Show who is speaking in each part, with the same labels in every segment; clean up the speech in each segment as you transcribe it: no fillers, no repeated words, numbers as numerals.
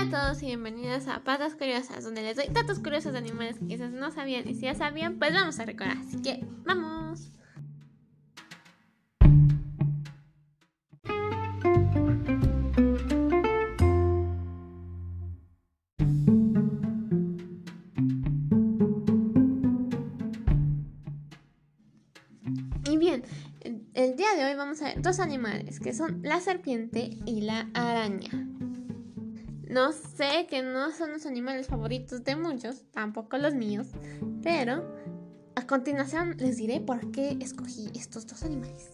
Speaker 1: Hola a todos y bienvenidos a Patas Curiosas, donde les doy datos curiosos de animales que quizás no sabían, y si ya sabían, pues vamos a recordar. Así que ¡vamos! Y bien, el día de hoy vamos a ver dos animales, que son la serpiente y la araña. No sé que no son los animales favoritos de muchos, tampoco los míos, pero a continuación les diré por qué escogí estos dos animales.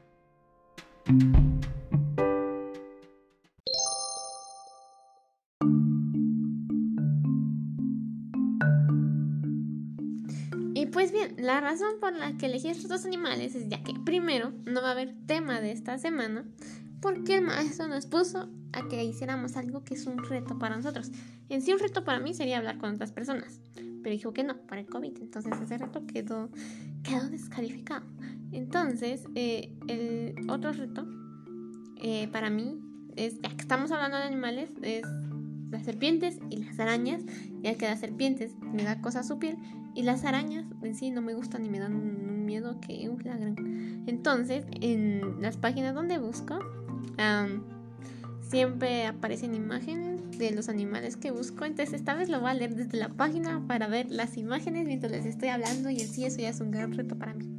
Speaker 1: Y pues bien, la razón por la que elegí estos dos animales es ya que primero no va a haber tema de esta semana porque el maestro nos puso a que hiciéramos algo que es un reto para nosotros. En sí un reto para mí sería hablar con otras personas, pero dijo que no, para el COVID, entonces ese reto quedó descalificado. Entonces el otro reto para mí es, ya que estamos hablando de animales, es las serpientes y las arañas, ya que las serpientes me da cosa su piel y las arañas en sí no me gustan y me dan un miedo que la gran. Entonces en las páginas donde busco siempre aparecen imágenes de los animales que busco, entonces esta vez lo voy a leer desde la página para ver las imágenes mientras les estoy hablando, y en sí eso ya es un gran reto para mí.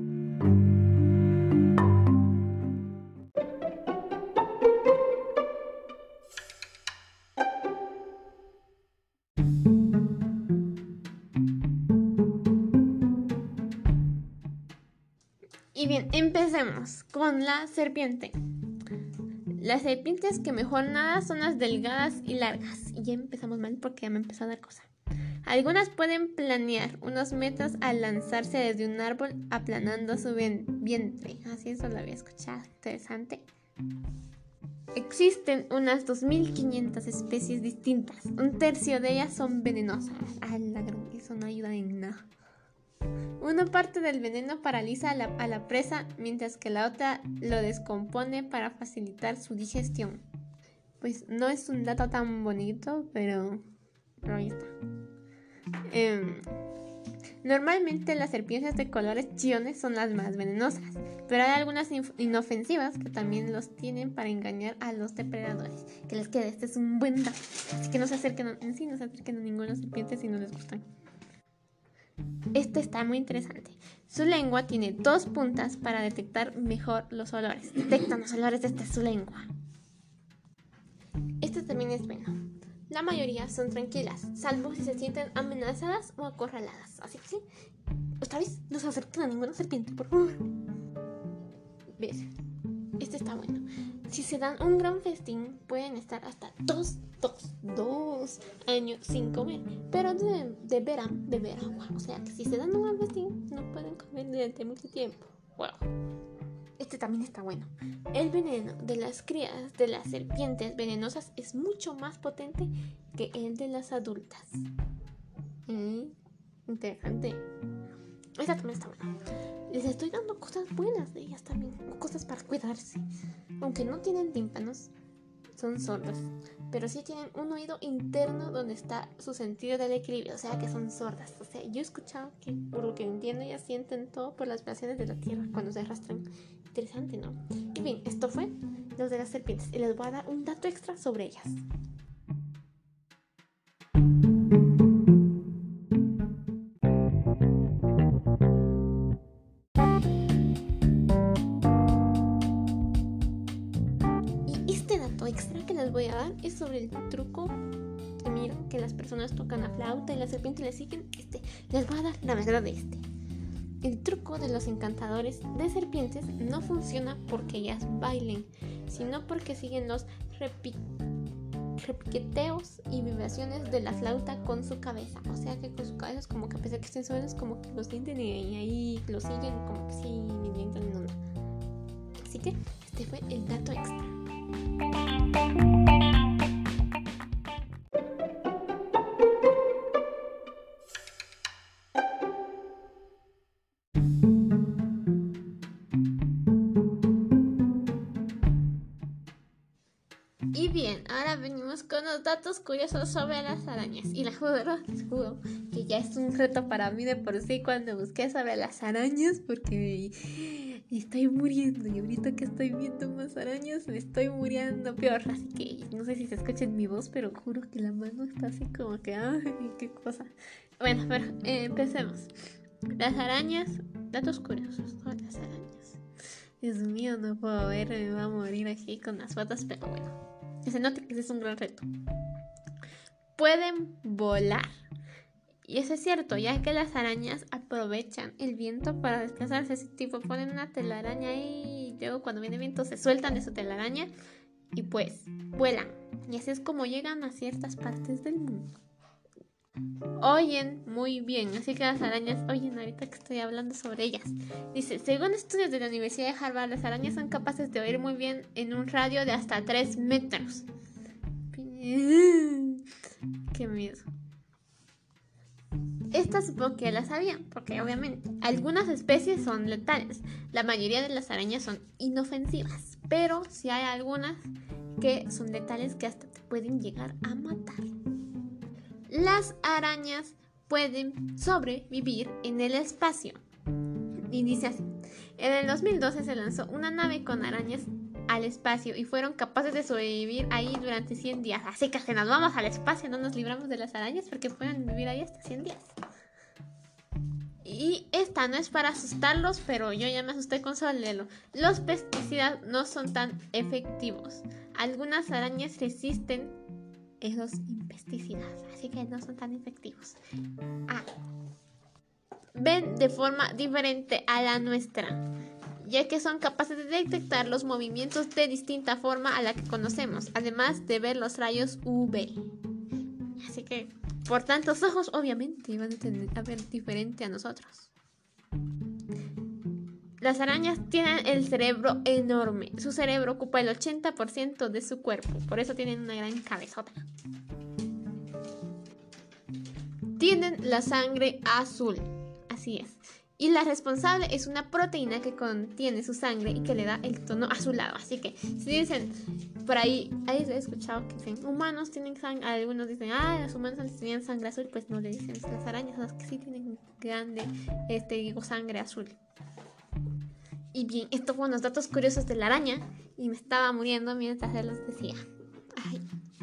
Speaker 1: Y bien, empecemos con la serpiente. Las serpientes que mejor nadan son las delgadas y largas. Y ya empezamos mal porque ya me empezó a dar cosa. Algunas pueden planear unos metros al lanzarse desde un árbol aplanando su vientre. Así eso lo había escuchado. Interesante. Existen unas 2500 especies distintas. Un tercio de ellas son venenosas. Eso no ayuda en nada. Una parte del veneno paraliza a la presa, mientras que la otra lo descompone para facilitar su digestión. Pues no es un dato tan bonito, pero ahí está. Normalmente las serpientes de colores chillones son las más venenosas, pero hay algunas inofensivas que también los tienen para engañar a los depredadores. Que les quede, este es un buen dato. Así que no se acerquen a ninguna serpiente si no les gustan. Este está muy interesante. Su lengua tiene 2 puntas para detectar mejor los olores. Detectan los olores desde su lengua. Este también es bueno. La mayoría son tranquilas, salvo si se sienten amenazadas o acorraladas. Así que sí, otra vez, no se acerquen a ninguna serpiente, por favor. ¿Ves? Este está bueno. Si se dan un gran festín, pueden estar hasta 2 años sin comer, pero de ver agua. O sea que si se dan un gran festín, no pueden comer durante mucho tiempo. Wow. Este también está bueno. El veneno de las crías de las serpientes venenosas es mucho más potente que el de las adultas. Interesante. Esta también está buena. Les estoy dando cosas buenas de ellas también, cosas para cuidarse. Aunque no tienen tímpanos, son sordos, pero sí tienen un oído interno donde está su sentido del equilibrio, o sea que son sordas. O sea, yo he escuchado que, por lo que entiendo, ellas sienten todo por las vibraciones de la tierra cuando se arrastran. Interesante, ¿no? Y bien, esto fue los de las serpientes, y les voy a dar un dato extra sobre ellas. Extra que les voy a dar es sobre el truco que miran que las personas tocan la flauta y las serpientes les siguen. Les voy a dar la verdad de este. El truco de los encantadores de serpientes no funciona porque ellas bailen, sino porque siguen los repiqueteos y vibraciones de la flauta con su cabeza. O sea que con su cabeza es como que a pesar que estén suaves, como que lo sienten y ahí lo siguen como que sí, me entran en onda. Así que este fue el dato extra. Y bien, ahora venimos con los datos curiosos sobre las arañas. Y les juro que ya es un reto para mí de por sí cuando busqué sobre las arañas, porque estoy muriendo. Y ahorita que estoy viendo más arañas, me estoy muriendo peor. Así que no sé si se escucha en mi voz, pero juro que la mano está así como que, ay, qué cosa. Bueno, pero empecemos. Las arañas, datos curiosos sobre las arañas. Dios mío, no puedo ver, me va a morir aquí con las patas, pero bueno. Que se note que ese es un gran reto. Pueden volar. Y eso es cierto, ya que las arañas aprovechan el viento para desplazarse. Así tipo ponen una telaraña ahí y luego cuando viene viento se sueltan de su telaraña y pues vuelan. Y así es como llegan a ciertas partes del mundo. Oyen muy bien, así que las arañas oyen ahorita que estoy hablando sobre ellas. Dice, según estudios de la Universidad de Harvard, las arañas son capaces de oír muy bien en un radio de hasta 3 metros. Qué miedo. Esta supongo que la sabían, porque obviamente algunas especies son letales. La mayoría de las arañas son inofensivas, pero sí hay algunas que son letales que hasta te pueden llegar a matar. Las arañas pueden sobrevivir en el espacio. Y dice así, en el 2012 se lanzó una nave con arañas al espacio y fueron capaces de sobrevivir ahí durante 100 días. Así que nos vamos al espacio, no nos libramos de las arañas porque pueden vivir ahí hasta 100 días. Y esta no es para asustarlos, pero yo ya me asusté con solo leerlo. Los pesticidas no son tan efectivos. Algunas arañas resisten esos pesticidas, así que no son tan efectivos. Ven de forma diferente a la nuestra, ya que son capaces de detectar los movimientos de distinta forma a la que conocemos, además de ver los rayos UV. Así que, por tantos ojos, obviamente, van a ver diferente a nosotros. Las arañas tienen el cerebro enorme. Su cerebro ocupa el 80% de su cuerpo, por eso tienen una gran cabezota. Tienen la sangre azul, así es. Y la responsable es una proteína que contiene su sangre y que le da el tono azulado. Así que si dicen, por ahí he escuchado que dicen, humanos tienen sangre, algunos dicen, los humanos antes tenían sangre azul, pues no le dicen, las arañas son las que sí tienen grande, sangre azul. Y bien, estos fueron los datos curiosos de la araña y me estaba muriendo mientras él los decía. Ay.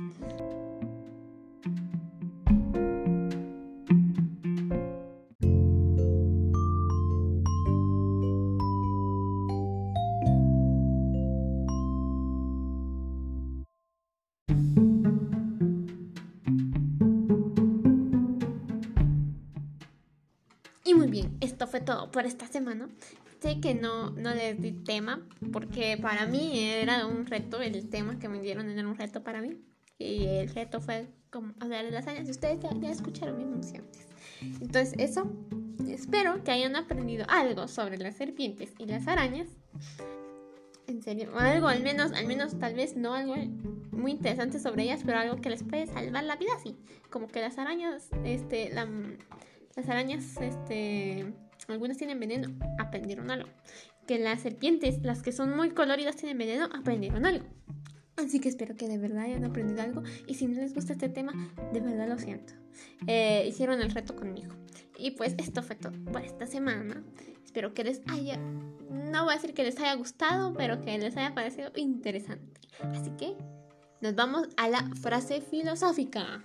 Speaker 1: Y muy bien, esto fue todo por esta semana. Sé que no les di tema, porque para mí era un reto, el tema que me dieron era un reto para mí. Y el reto fue como hablar de las arañas. Ustedes ya escucharon mis anunciantes. Entonces eso, espero que hayan aprendido algo sobre las serpientes y las arañas. En serio, algo al menos tal vez no algo muy interesante sobre ellas, pero algo que les puede salvar la vida, sí. Como que las arañas, las arañas, algunas tienen veneno, aprendieron algo. Que las serpientes, las que son muy coloridas, tienen veneno, aprendieron algo. Así que espero que de verdad hayan aprendido algo. Y si no les gusta este tema, de verdad lo siento. Hicieron el reto conmigo. Y pues esto fue todo por esta semana. Espero que les haya, no voy a decir que les haya gustado, pero que les haya parecido interesante. Así que nos vamos a la frase filosófica.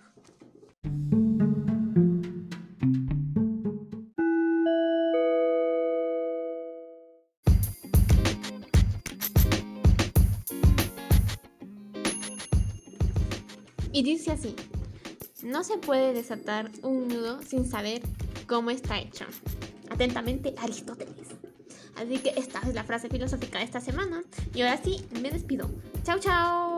Speaker 1: Y dice así: no se puede desatar un nudo sin saber cómo está hecho. Atentamente, Aristóteles. Así que esta es la frase filosófica de esta semana. Y ahora sí, me despido. Chao, chao.